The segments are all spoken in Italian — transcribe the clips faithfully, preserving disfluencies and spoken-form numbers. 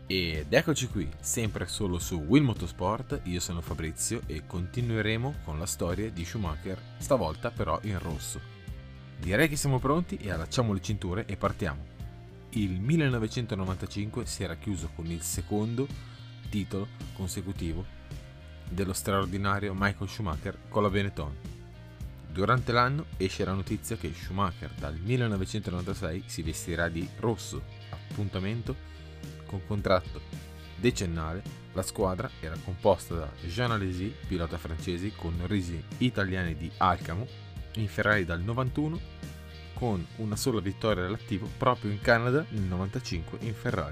Ed eccoci qui, sempre solo su Will Motorsport. Io sono Fabrizio e continueremo con la storia di Schumacher, stavolta però in rosso. Direi che siamo pronti e allacciamo le cinture e partiamo. Il millenovecentonovantacinque si era chiuso con il secondo titolo consecutivo dello straordinario Michael Schumacher con la Benetton. Durante l'anno esce la notizia che Schumacher dal millenovecentonovantasei si vestirà di rosso, appuntamento con contratto decennale. La squadra era composta da Jean Alesi, pilota francese con origini italiane di Alcamo, in Ferrari dal novantuno, con una sola vittoria all'attivo proprio in Canada nel novantacinque in Ferrari.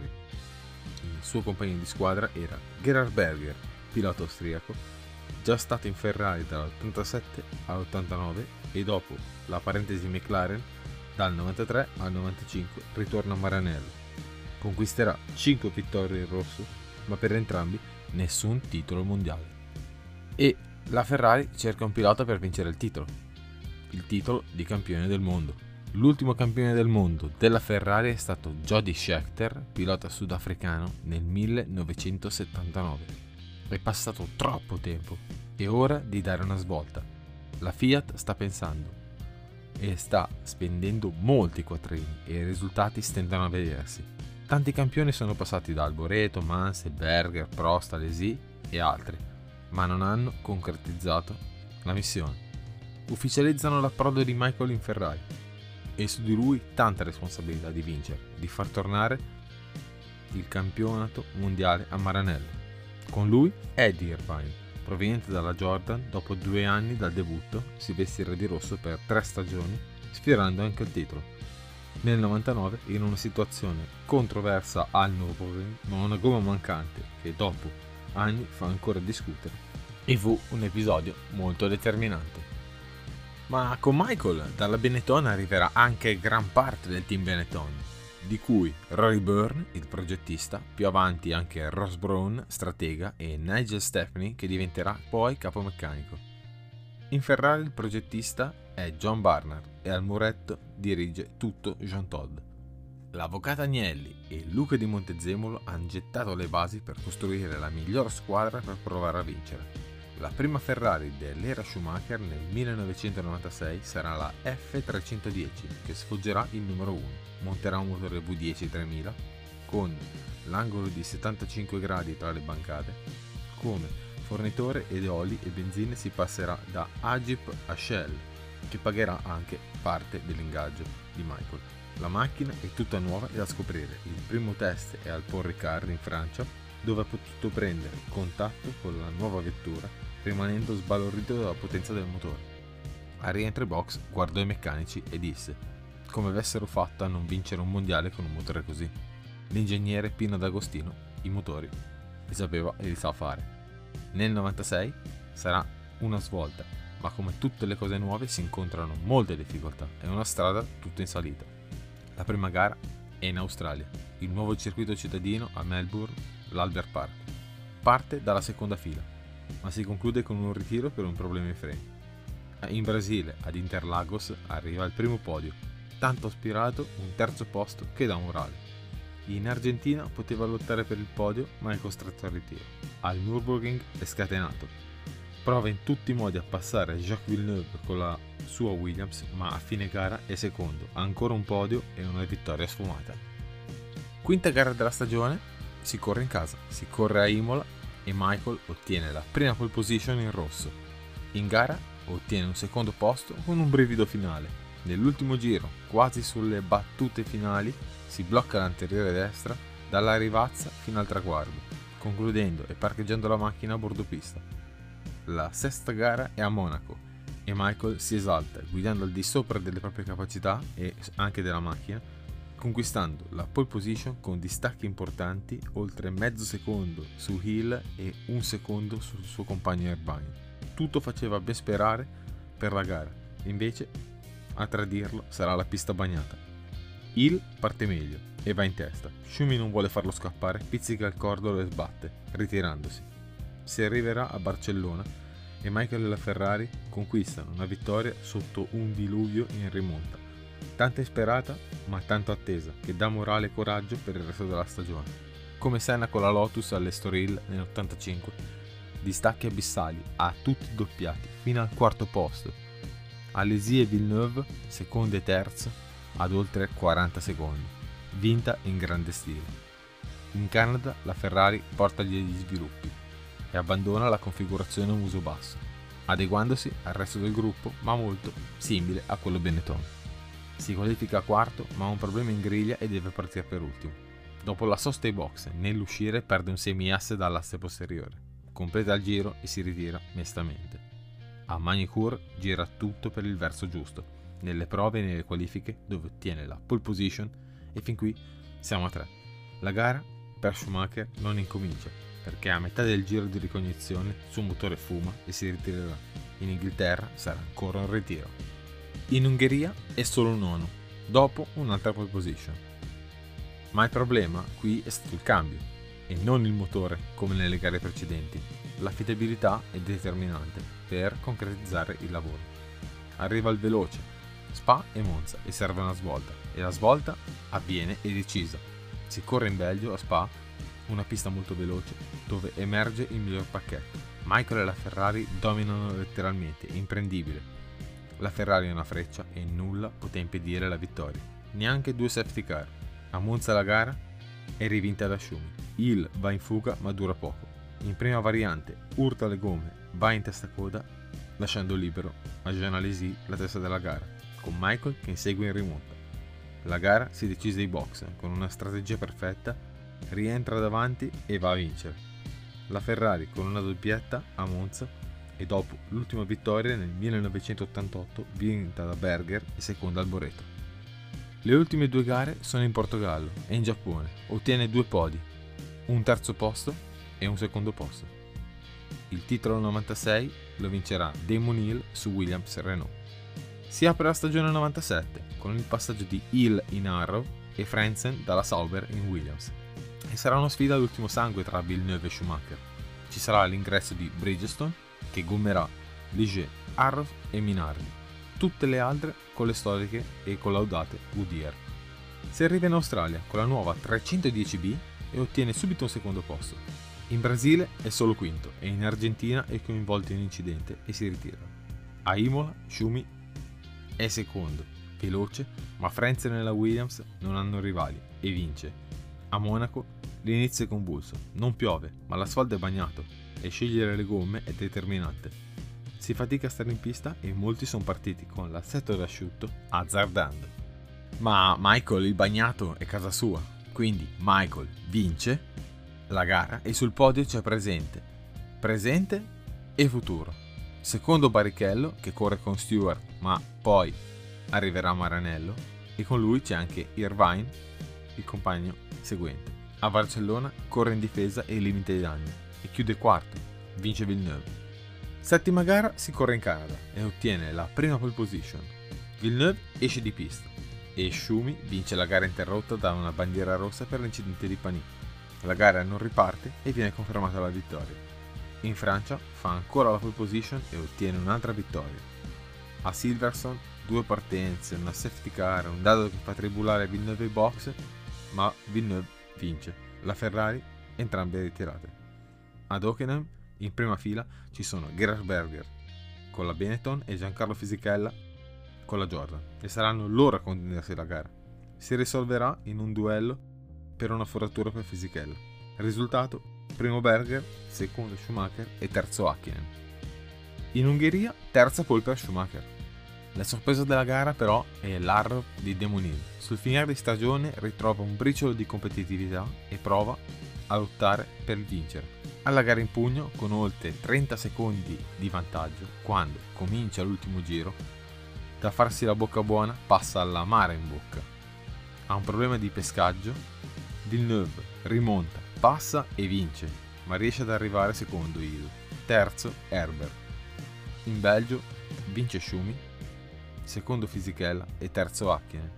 Il suo compagno di squadra era Gerhard Berger, pilota austriaco, già stato in Ferrari dall'ottantasette all'ottantanove e dopo la parentesi McLaren dal novantatré al novantacinque ritorna a Maranello. Conquisterà cinque vittorie in rosso, ma per entrambi nessun titolo mondiale. E la Ferrari cerca un pilota per vincere il titolo, il titolo di campione del mondo. L'ultimo campione del mondo della Ferrari è stato Jody Scheckter, pilota sudafricano, nel millenovecentosettantanove. È passato troppo tempo, è ora di dare una svolta. La Fiat sta pensando e sta spendendo molti quattrini e i risultati stentano a vedersi. Tanti campioni sono passati da Alboreto, Mansell, Berger, Prost, Alesi e altri, ma non hanno concretizzato la missione. Ufficializzano l'approdo di Michael in Ferrari e su di lui tanta responsabilità di vincere, di far tornare il campionato mondiale a Maranello. Con lui Eddie Irvine, proveniente dalla Jordan, dopo due anni dal debutto si vestirà di rosso per tre stagioni, sfiorando anche il titolo. Nel novantanove, in una situazione controversa al Nürburgring, ma una gomma mancante che dopo anni fa ancora discutere, e fu un episodio molto determinante. Ma con Michael dalla Benetton arriverà anche gran parte del team Benetton, di cui Rory Byrne, il progettista, più avanti anche Ross Brawn, stratega, e Nigel Stepney, che diventerà poi capomeccanico. In Ferrari il progettista è John Barnard e al muretto dirige tutto Jean Todt. L'avvocato Agnelli e Luca di Montezemolo hanno gettato le basi per costruire la miglior squadra per provare a vincere. La prima Ferrari dell'era Schumacher nel millenovecentonovantasei sarà la F trecentodieci, che sfoggerà il numero uno. Monterà un motore V dieci tremila con l'angolo di settantacinque gradi tra le bancate. Come fornitore ed oli e benzine si passerà da Agip a Shell, che pagherà anche parte dell'ingaggio di Michael. La macchina è tutta nuova e da scoprire. Il primo test è al Paul Ricard in Francia, dove ha potuto prendere contatto con la nuova vettura, rimanendo sbalordito dalla potenza del motore. Al rientro in box guardò i meccanici e disse come avessero fatto a non vincere un mondiale con un motore così. L'ingegnere Pino D'Agostino i motori li sapeva e li sa fare. Nel novantasei sarà una svolta, ma come tutte le cose nuove si incontrano molte difficoltà, è una strada tutta in salita. La prima gara è in Australia, il nuovo circuito cittadino a Melbourne, l'Albert Park. Parte dalla seconda fila, ma si conclude con un ritiro per un problema ai freni. In Brasile, ad Interlagos, arriva il primo podio, tanto aspirato un terzo posto che da un rally. In Argentina poteva lottare per il podio, ma è costretto al ritiro. Al Nürburgring è scatenato. Prova in tutti i modi a passare Jacques Villeneuve con la sua Williams, ma a fine gara è secondo, ha ancora un podio e una vittoria sfumata. Quinta gara della stagione, si corre in casa, si corre a Imola e Michael ottiene la prima pole position in rosso. In gara ottiene un secondo posto con un brivido finale. Nell'ultimo giro, quasi sulle battute finali, si blocca l'anteriore destra dalla rivazza fino al traguardo, concludendo e parcheggiando la macchina a bordo pista. La sesta gara è a Monaco e Michael si esalta, guidando al di sopra delle proprie capacità e anche della macchina, conquistando la pole position con distacchi importanti, oltre mezzo secondo su Hill e un secondo sul suo compagno Irvine. Tutto faceva ben sperare per la gara, invece a tradirlo sarà la pista bagnata. Hill parte meglio e va in testa. Schumi non vuole farlo scappare, pizzica il cordolo e sbatte, ritirandosi. Si arriverà a Barcellona e Michael e la Ferrari conquistano una vittoria sotto un diluvio in rimonta. Tanta insperata, ma tanto attesa, che dà morale e coraggio per il resto della stagione. come Senna con la Lotus all'Estoril nell'ottantacinque, distacchi abissali a tutti doppiati fino al quarto posto, Alesi e Villeneuve secondo e terzo ad oltre quaranta secondi, vinta in grande stile. In Canada la Ferrari porta gli sviluppi e abbandona la configurazione muso basso, adeguandosi al resto del gruppo ma molto simile a quello Benetton. Si qualifica quarto ma ha un problema in griglia e deve partire per ultimo. Dopo la sosta ai box, nell'uscire perde un semi-asse dall'asse posteriore, completa il giro e si ritira mestamente. A Magny-Cours gira tutto per il verso giusto, nelle prove e nelle qualifiche dove ottiene la pole position e fin qui siamo a tre. La gara per Schumacher non incomincia, perché a metà del giro di ricognizione il suo motore fuma e si ritirerà. In Inghilterra sarà ancora un ritiro. In Ungheria è solo un nono, dopo un'altra pole position. Ma il problema qui è stato il cambio, e non il motore come nelle gare precedenti. L'affidabilità è determinante per concretizzare il lavoro. Arriva il veloce, Spa e Monza, e serve una svolta, e la svolta avviene e decisa. Si corre in Belgio a Spa, una pista molto veloce, dove emerge il miglior pacchetto. Michael e la Ferrari dominano letteralmente, imprendibile. La Ferrari è una freccia e nulla poté impedire la vittoria, neanche due safety car. A Monza la gara è rivinta da Schumi. Hill va in fuga ma dura poco. In prima variante urta le gomme, va in testa coda, lasciando libero a Jean Alesi la testa della gara, con Michael che insegue in rimonta. La gara si decise ai box, con una strategia perfetta, rientra davanti e va a vincere. La Ferrari con una doppietta a Monza e dopo l'ultima vittoria nel millenovecentottantotto vinta da Berger e seconda al Boreto. Le ultime due gare sono in Portogallo e in Giappone, ottiene due podi, un terzo posto e un secondo posto. Il titolo novantasei lo vincerà Damon Hill su Williams Renault. Si apre la stagione novantasette con il passaggio di Hill in Arrow e Frentzen dalla Sauber in Williams. E sarà una sfida all'ultimo sangue tra Villeneuve e Schumacher. Ci sarà l'ingresso di Bridgestone che gommerà Ligier, Arrow e Minardi, tutte le altre con le storiche e collaudate Goodyear. Si arriva in Australia con la nuova trecentodieci B e ottiene subito un secondo posto. In Brasile è solo quinto e in Argentina è coinvolto in un incidente e si ritira. A Imola Schumi è secondo, veloce, ma Frentzen e la Williams non hanno rivali e vince. A Monaco l'inizio è convulso, non piove ma l'asfalto è bagnato e scegliere le gomme è determinante. Si fatica a stare in pista e molti sono partiti con l'assetto d'asciutto azzardando. Ma Michael il bagnato è casa sua, quindi Michael vince la gara e sul podio c'è presente, presente e futuro. Secondo Barrichello che corre con Stewart ma poi arriverà Maranello e con lui c'è anche Irvine, il compagno seguente. A Barcellona corre in difesa e limita i danni e chiude quarto, vince Villeneuve. Settima gara si corre in Canada e ottiene la prima pole position. Villeneuve esce di pista e Schumi vince la gara interrotta da una bandiera rossa per l'incidente di Panis. La gara non riparte e viene confermata la vittoria. In Francia fa ancora la pole position e ottiene un'altra vittoria. A Silverstone due partenze, una safety car, un dado che fa tribulare Villeneuve ai box, ma Villeneuve vince. La Ferrari entrambe ritirate. Ad Hockenheim in prima fila ci sono Gerhard Berger con la Benetton e Giancarlo Fisichella con la Jordan e saranno loro a contendersi la gara. Si risolverà in un duello per una foratura per Fisichella. Risultato: primo Berger, secondo Schumacher e terzo Häkkinen. In Ungheria terza pole per Schumacher. La sorpresa della gara però è l'Arrow di Damon Hill. Sul finire di stagione ritrova un briciolo di competitività e prova a lottare per vincere. Alla gara in pugno con oltre trenta secondi di vantaggio, quando comincia l'ultimo giro, da farsi la bocca buona passa all'amara in bocca. Ha un problema di pescaggio, Villeneuve rimonta, passa e vince, ma riesce ad arrivare secondo Hill. Terzo Herbert. In Belgio vince Schumi, secondo Fisichella e terzo Häkkinen.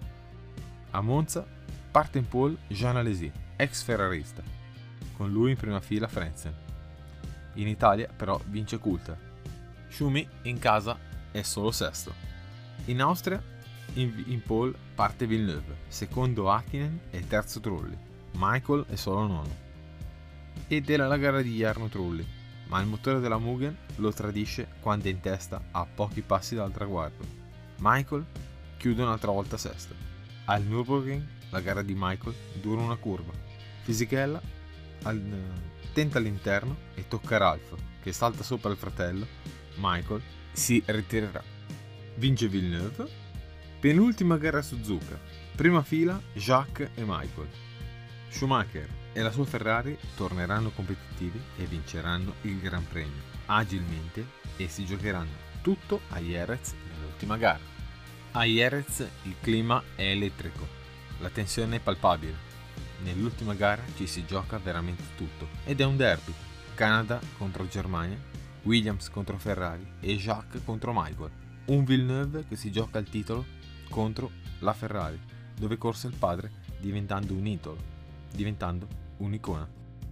A Monza parte in pole Jean Alesi, ex ferrarista, con lui in prima fila Frentzen. In Italia però vince Coulthard. Schumi in casa è solo sesto. In Austria in, in pole parte Villeneuve, secondo Häkkinen e terzo Trulli. Michael è solo nono. ed era la gara di Jarno Trulli, ma il motore della Mugen lo tradisce quando è in testa a pochi passi dal traguardo. Michael chiude un'altra volta sesto. Al Nürburgring la gara di Michael dura una curva. Fisichella al, tenta all'interno e tocca Ralph, che salta sopra il fratello. Michael si ritirerà. Vince Villeneuve. Penultima gara a Suzuka. Prima fila Jacques e Michael. Schumacher e la sua Ferrari torneranno competitivi e vinceranno il Gran Premio agilmente e si giocheranno tutto a Jerez nell'ultima gara. A Jerez il clima è elettrico, la tensione è palpabile. Nell'ultima gara ci si gioca veramente tutto ed è un derby. Canada contro Germania, Williams contro Ferrari e Jacques contro Michael. Un Villeneuve che si gioca il titolo contro la Ferrari, dove corse il padre diventando un idolo, diventando un'icona.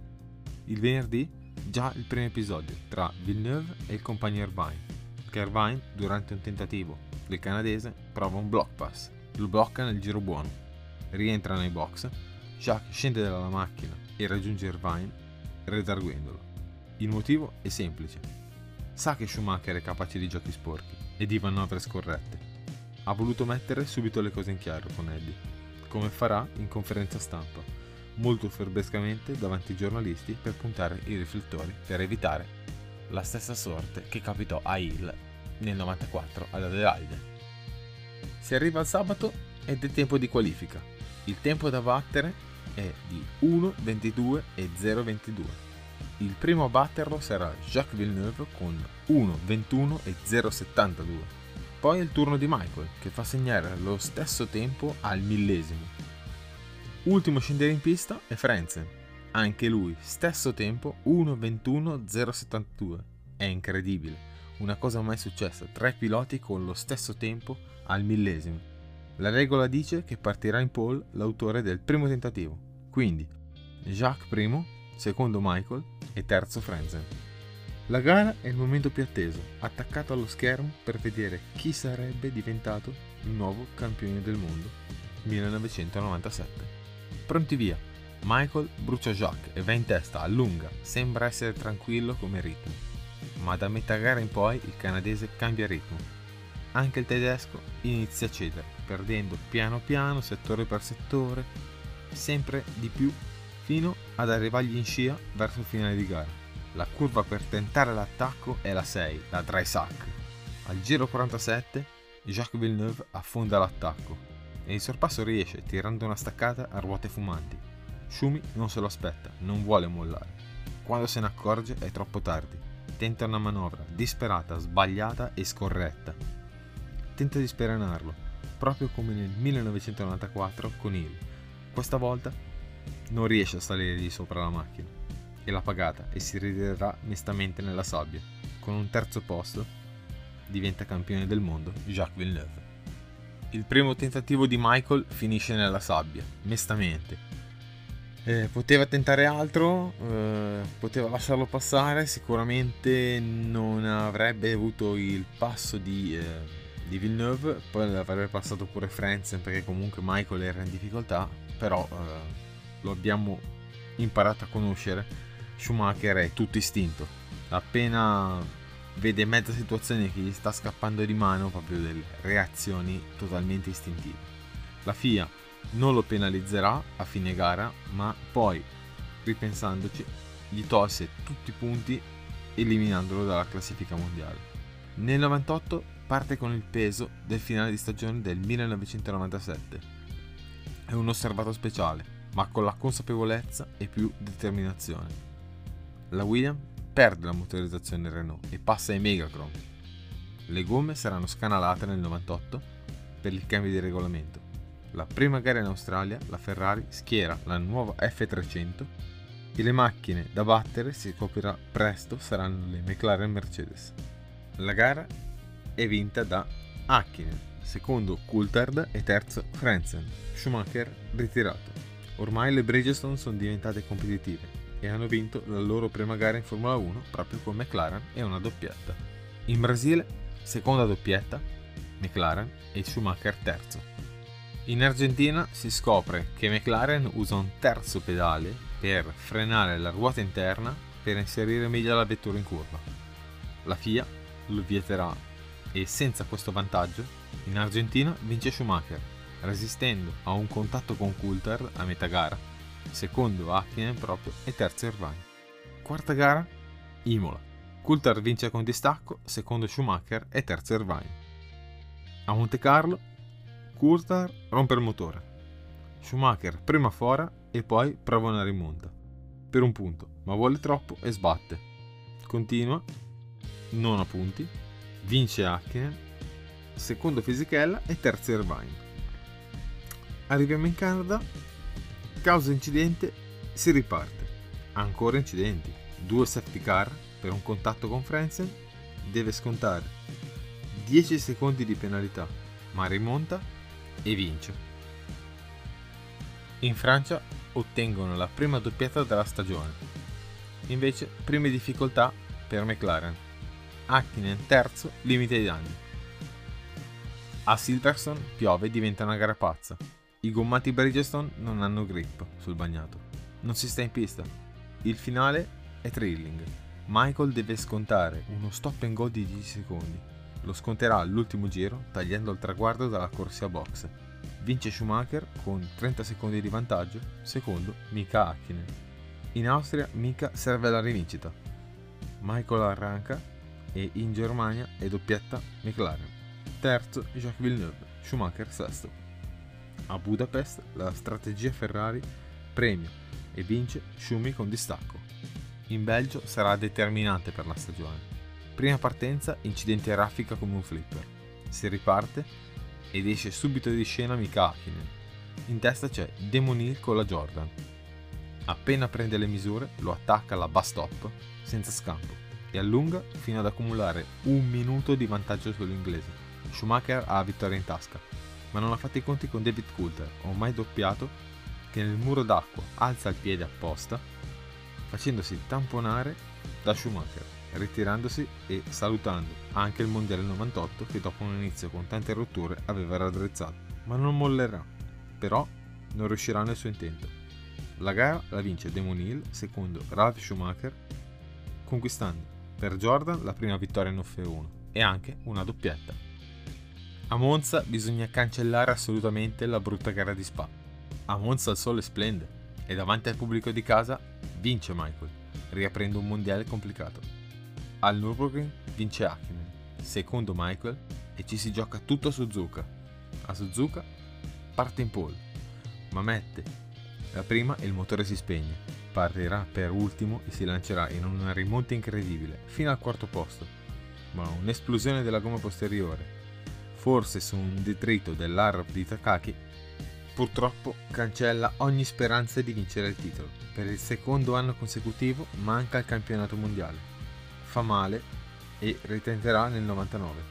Il venerdì già il primo episodio tra Villeneuve e il compagno Irvine, che Irvine durante un tentativo del canadese prova un block pass, lo blocca nel giro buono, rientra nei box, Jacques scende dalla macchina e raggiunge Irvine redarguendolo. Il motivo è semplice: sa che Schumacher è capace di giochi sporchi e di manovre scorrette. Ha voluto mettere subito le cose in chiaro con Eddie, come farà in conferenza stampa, molto furbescamente davanti ai giornalisti, per puntare i riflettori per evitare la stessa sorte che capitò a Hill nel novantaquattro ad Adelaide. Si arriva al sabato ed è tempo di qualifica. Il tempo da battere è di uno ventidue e zero ventidue. Il primo a batterlo sarà Jacques Villeneuve con uno ventuno e zero settantadue. Poi è il turno di Michael, che fa segnare lo stesso tempo al millesimo. Ultimo a scendere in pista è Frentzen, anche lui stesso tempo uno ventuno zero settantadue. È incredibile, una cosa mai successa, tre piloti con lo stesso tempo al millesimo. La regola dice che partirà in pole l'autore del primo tentativo, quindi Jacques primo, secondo Michael e terzo Frentzen. La gara è il momento più atteso, attaccato allo schermo per vedere chi sarebbe diventato il nuovo campione del mondo millenovecentonovantasette. Pronti via, Michael brucia Jacques e va in testa, allunga, sembra essere tranquillo come ritmo, ma da metà gara in poi il canadese cambia ritmo. Anche il tedesco inizia a cedere, perdendo piano piano, settore per settore, sempre di più, fino ad arrivargli in scia verso il finale di gara. La curva per tentare l'attacco è la sei, la Dreisack. Al giro quarantasette Jacques Villeneuve affonda l'attacco e il sorpasso riesce tirando una staccata a ruote fumanti. Schumi non se lo aspetta, non vuole mollare. Quando se ne accorge è troppo tardi. Tenta una manovra disperata, sbagliata e scorretta. Tenta di speranarlo, proprio come nel millenovecentonovantaquattro con Hill. Questa volta non riesce a salire di sopra la macchina e l'ha pagata e si ritirerà mestamente nella sabbia. Con un terzo posto diventa campione del mondo Jacques Villeneuve. Il primo tentativo di Michael finisce nella sabbia, mestamente. Eh, poteva tentare altro, eh, poteva lasciarlo passare, sicuramente non avrebbe avuto il passo di, eh, di Villeneuve, poi l'avrebbe passato pure Frentzen perché comunque Michael era in difficoltà, però eh, lo abbiamo imparato a conoscere. Schumacher è tutto istinto, appena vede mezza situazione che gli sta scappando di mano, proprio delle reazioni totalmente istintive. La F I A non lo penalizzerà a fine gara, ma poi, ripensandoci, gli tolse tutti i punti eliminandolo dalla classifica mondiale. Nel novantotto parte con il peso del finale di stagione del millenovecentonovantasette. È un osservato speciale, ma con la consapevolezza e più determinazione. La Williams perde la motorizzazione Renault e passa ai Megachrome. Le gomme saranno scanalate nel novantotto per il cambio di regolamento. La prima gara in Australia la Ferrari schiera la nuova F trecento e le macchine da battere, si scoprirà presto, saranno le McLaren Mercedes. La gara è vinta da Häkkinen, secondo Coulthard e terzo Frentzen. Schumacher ritirato. Ormai le Bridgestone sono diventate competitive e hanno vinto la loro prima gara in Formula uno proprio con McLaren e una doppietta. In Brasile, seconda doppietta, McLaren e Schumacher terzo. In Argentina si scopre che McLaren usa un terzo pedale per frenare la ruota interna per inserire meglio la vettura in curva. La F I A lo vieterà e senza questo vantaggio in Argentina vince Schumacher, resistendo a un contatto con Coulthard a metà gara, secondo Häkkinen proprio e terzo Irvine. Quarta gara, Imola. Coulthard vince con distacco, secondo Schumacher e terzo Irvine. A Monte Carlo, Coulthard rompe il motore. Schumacher prima fora e poi prova una rimonta per un punto, ma vuole troppo e sbatte. Continua, non a punti, vince Häkkinen, secondo Fisichella e terzo Irvine. Arriviamo in Canada, causa incidente, si riparte. Ancora incidenti, due safety car per un contatto con Frentzen, deve scontare dieci secondi di penalità, ma rimonta e vince. In Francia ottengono la prima doppietta della stagione. Invece, prime difficoltà per McLaren. Häkkinen terzo, limite ai danni. A Silverstone piove e diventa una gara pazza. I gommati Bridgestone non hanno grip sul bagnato. Non si sta in pista. Il finale è thrilling. Michael deve scontare uno stop and go di dieci secondi. Lo sconterà all'ultimo giro tagliando il traguardo dalla corsia box. Vince Schumacher con trenta secondi di vantaggio, secondo Mika Häkkinen. In Austria Mika serve alla rivincita. Michael arranca e in Germania è doppietta McLaren. Terzo Jacques Villeneuve, Schumacher sesto. A Budapest la strategia Ferrari premia e vince Schumi con distacco. In Belgio sarà determinante per la stagione. Prima partenza, incidente a raffica come un flipper. Si riparte ed esce subito di scena Mika Häkkinen. In testa c'è Damon Hill con la Jordan. Appena prende le misure lo attacca alla bus stop senza scampo e allunga fino ad accumulare un minuto di vantaggio sull'inglese. Schumacher ha la vittoria in tasca, ma non ha fatto i conti con David Coulthard, ormai doppiato, che nel muro d'acqua alza il piede apposta, facendosi tamponare da Schumacher, ritirandosi e salutando anche il mondiale novantotto che dopo un inizio con tante rotture aveva raddrizzato. Ma non mollerà, però non riuscirà nel suo intento. La gara la vince Damon Hill, secondo Ralf Schumacher, conquistando per Jordan la prima vittoria in F uno e anche una doppietta. A Monza bisogna cancellare assolutamente la brutta gara di Spa. A Monza il sole splende e davanti al pubblico di casa vince Michael, riaprendo un mondiale complicato. Al Nürburgring vince Häkkinen, secondo Michael, e ci si gioca tutto a Suzuka. A Suzuka parte in pole, ma mette la prima e il motore si spegne. Partirà per ultimo e si lancerà in una rimonta incredibile fino al quarto posto, ma un'esplosione della gomma posteriore, forse su un detrito dell'A R di Takaki, purtroppo cancella ogni speranza di vincere il titolo. Per il secondo anno consecutivo manca il campionato mondiale. Fa male e ritenterà nel novantanove.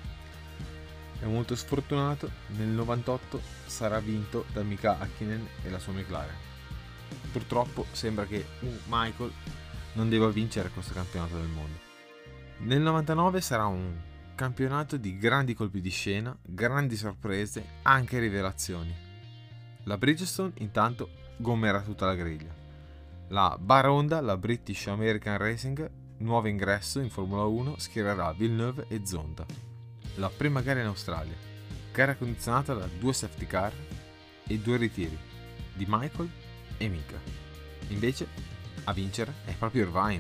È molto sfortunato, nel novantotto sarà vinto da Mika Häkkinen e la sua McLaren. Purtroppo sembra che uh, Michael non debba vincere questo campionato del mondo. Nel novantanove sarà un campionato di grandi colpi di scena, grandi sorprese, anche rivelazioni. La Bridgestone intanto gommerà tutta la griglia. La Bar Honda, la British American Racing, nuovo ingresso in Formula uno, schiererà Villeneuve e Zonta. La prima gara in Australia, gara condizionata da due safety car e due ritiri di Michael e Mika. Invece a vincere è proprio Irvine.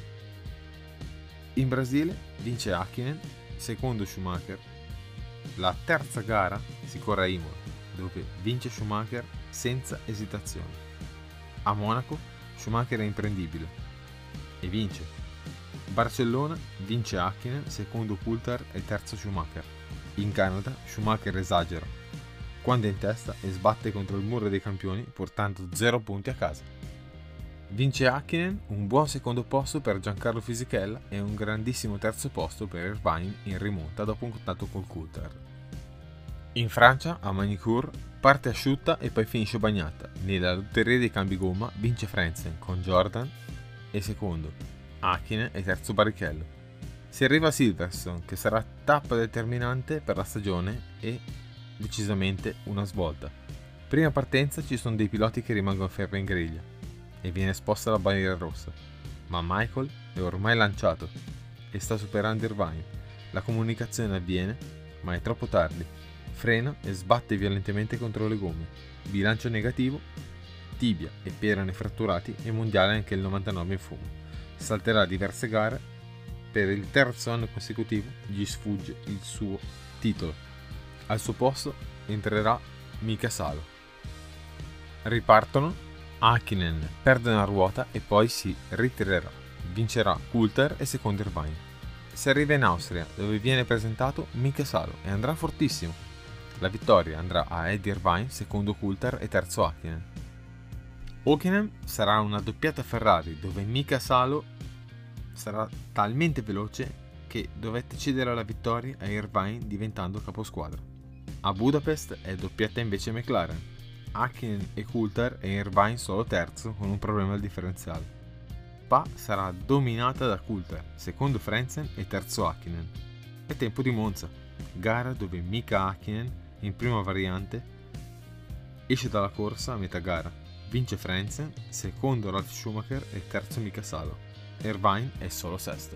In Brasile vince Häkkinen, secondo Schumacher. La terza gara si corre a Imola, dove vince Schumacher senza esitazione. A Monaco Schumacher è imprendibile e vince. Barcellona vince Häkkinen, secondo Coulthard e terzo Schumacher. In Canada Schumacher esagera, quando è in testa e sbatte contro il muro dei campioni portando zero punti a casa. Vince Häkkinen, un buon secondo posto per Giancarlo Fisichella e un grandissimo terzo posto per Irvine in rimonta dopo un contatto col Coulthard. In Francia, a Magny-Cours, parte asciutta e poi finisce bagnata. Nella lotteria dei cambi gomma vince Frentzen con Jordan e secondo Häkkinen e terzo Barrichello. Si arriva a Silverstone, che sarà tappa determinante per la stagione e decisamente una svolta. Prima partenza ci sono dei piloti che rimangono fermi in griglia. e viene esposta la bandiera rossa, ma Michael è ormai lanciato e sta superando Irvine. La comunicazione avviene, ma è troppo tardi. Frena e sbatte violentemente contro le gomme. Bilancio negativo, tibia e perone fratturati e mondiale anche il novantanove in fumo. Salterà diverse gare, per il terzo anno consecutivo gli sfugge il suo titolo. Al suo posto entrerà Mika Salo. Ripartono, Häkkinen perde una ruota e poi si ritirerà. Vincerà Coulthard e secondo Irvine. Si arriva in Austria, dove viene presentato Mika Salo e andrà fortissimo. La vittoria andrà a Eddie Irvine, secondo Coulthard e terzo Häkkinen. Häkkinen sarà una doppiata Ferrari, dove Mika Salo sarà talmente veloce che dovette cedere la vittoria a Irvine diventando caposquadra. A Budapest è doppiata invece McLaren, Häkkinen e Coulthard e Irvine solo terzo con un problema al differenziale. Spa sarà dominata da Coulthard, secondo Frentzen e terzo Häkkinen. È tempo di Monza, gara dove Mika Häkkinen in prima variante esce dalla corsa a metà gara, vince Frentzen, secondo Ralf Schumacher e terzo Mika Salo. Irvine è solo sesto.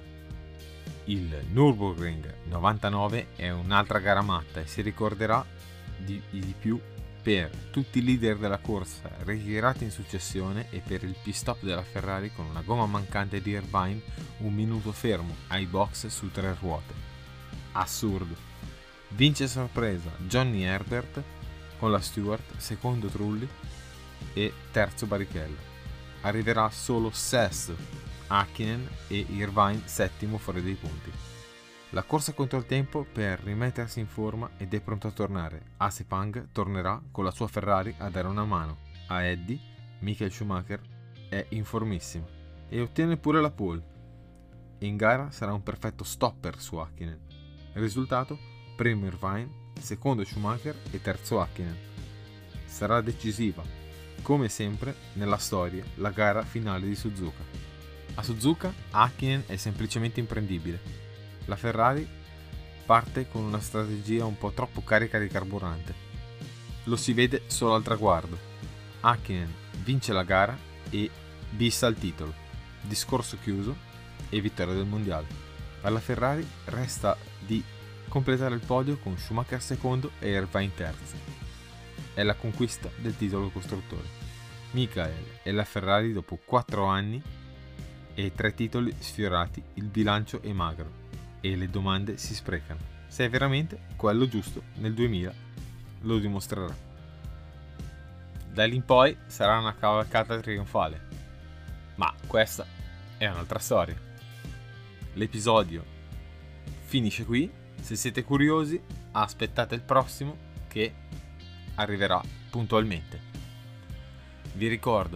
Il Nürburgring novantanove è un'altra gara matta e si ricorderà di, di più per tutti i leader della corsa ritirati in successione e per il pit stop della Ferrari con una gomma mancante di Irvine un minuto fermo ai box su tre ruote. Assurdo. Vince sorpresa Johnny Herbert con la Stewart, secondo Trulli e terzo Barrichello. Arriverà solo sesto Häkkinen e Irvine settimo fuori dei punti. La corsa contro il tempo per rimettersi in forma ed è pronto a tornare. Sepang tornerà con la sua Ferrari a dare una mano a Eddie. Michael Schumacher è in formissima e ottiene pure la pole. In gara sarà un perfetto stopper su Häkkinen. Risultato: primo Irvine, secondo Schumacher e terzo Häkkinen. Sarà decisiva, come sempre nella storia, la gara finale di Suzuka. A Suzuka Häkkinen è semplicemente imprendibile. La Ferrari parte con una strategia un po' troppo carica di carburante. Lo si vede solo al traguardo. Häkkinen vince la gara e bissa il titolo. Discorso chiuso e vittoria del mondiale. Alla Ferrari resta di completare il podio con Schumacher secondo e Irvine terzo. È la conquista del titolo costruttore. Michael e la Ferrari dopo quattro anni e tre titoli sfiorati, il bilancio è magro e le domande si sprecano. Se è veramente quello giusto nel duemila lo dimostrerà. Da lì in poi sarà una cavalcata trionfale, ma questa è un'altra storia. L'episodio finisce qui. Se siete curiosi, aspettate il prossimo che arriverà puntualmente. Vi ricordo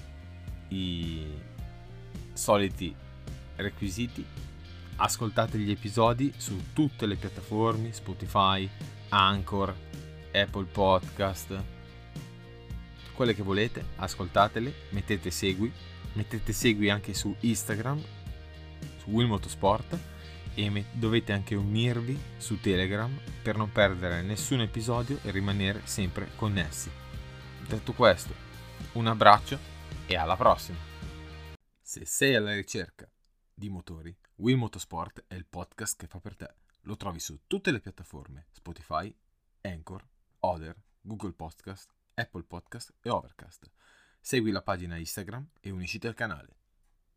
i soliti requisiti: ascoltate gli episodi su tutte le piattaforme, Spotify, Anchor, Apple Podcast, quelle che volete, ascoltatele, mettete segui, mettete segui anche su Instagram, su Will Motorsport, e me- dovete anche unirvi su Telegram per non perdere nessun episodio e rimanere sempre connessi. Detto questo, un abbraccio e alla prossima! Se sei alla ricerca di motori, Will Motorsport è il podcast che fa per te. Lo trovi su tutte le piattaforme: Spotify, Anchor, Other, Google Podcast, Apple Podcast e Overcast. Segui la pagina Instagram e unisciti al canale.